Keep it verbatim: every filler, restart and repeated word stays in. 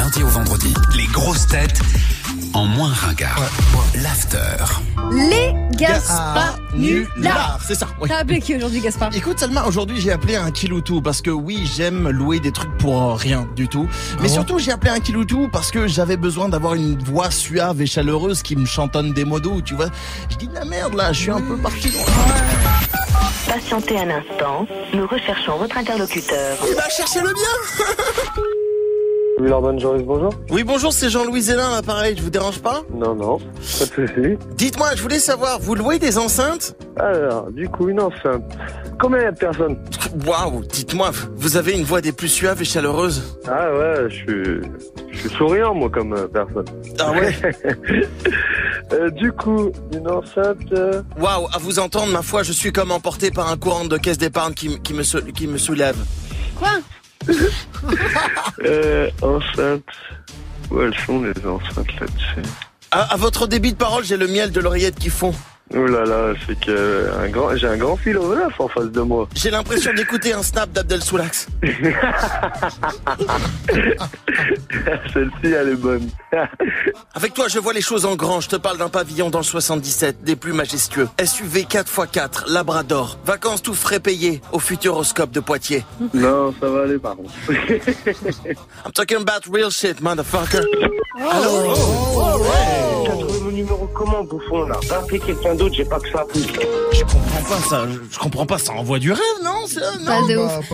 lundi au vendredi. Les grosses têtes en moins ringard. Ouais. L'after. Les Gaspanulars. C'est ça, oui. T'as appelé qui aujourd'hui, Gaspard? Écoute Salma, aujourd'hui j'ai appelé un Kiloutou parce que oui, j'aime louer des trucs pour euh, rien du tout. Mais bon surtout j'ai appelé un Kiloutou parce que j'avais besoin d'avoir une voix suave et chaleureuse qui me chantonne des mots doux, tu vois. Je dis de la merde là, je suis un peu parti loin. Patientez un instant, nous recherchons votre interlocuteur. Il va chercher le bien. Oui, Lordon Joris, bonjour. Oui bonjour, c'est Jean-Louis Zélin là, pareil, je vous dérange pas? Non, non, pas de souci. Dites-moi, je voulais savoir, vous louez des enceintes? Alors, du coup, une enceinte. Combien il y a de personnes? Waouh, dites-moi, vous avez une voix des plus suaves et chaleureuses. Ah ouais, je suis, je suis souriant, moi, comme euh, personne. Ah ouais. euh, Du coup, une enceinte... Euh... Waouh, à vous entendre, ma foi, je suis comme emporté par un courant de caisse d'épargne qui, qui, me, sou- qui me soulève. Quoi? euh, enceinte... Où elles sont, les enceintes, là-dessus? À, à votre débit de parole, j'ai le miel de l'oreillette qui fond. Oh là là, c'est que un grand, j'ai un grand philosophe en face de moi. J'ai l'impression d'écouter un snap d'Abdel Soulax. Celle-ci, elle est bonne. Avec toi, je vois les choses en grand. Je te parle d'un pavillon dans le soixante-dix-sept, des plus majestueux. S U V quatre par quatre, Labrador. Vacances tout frais payés au Futuroscope de Poitiers. Non, ça va aller, par contre. I'm talking about real shit, motherfucker. Allô? Oh, oh, ouais. T'as trouvé mon numéro comment, bouffon, là? Va appeler quelqu'un d'autre, j'ai pas que ça. Je comprends pas ça. Je comprends pas, ça envoie du rêve, non? C'est- non Pas de bah, ouf.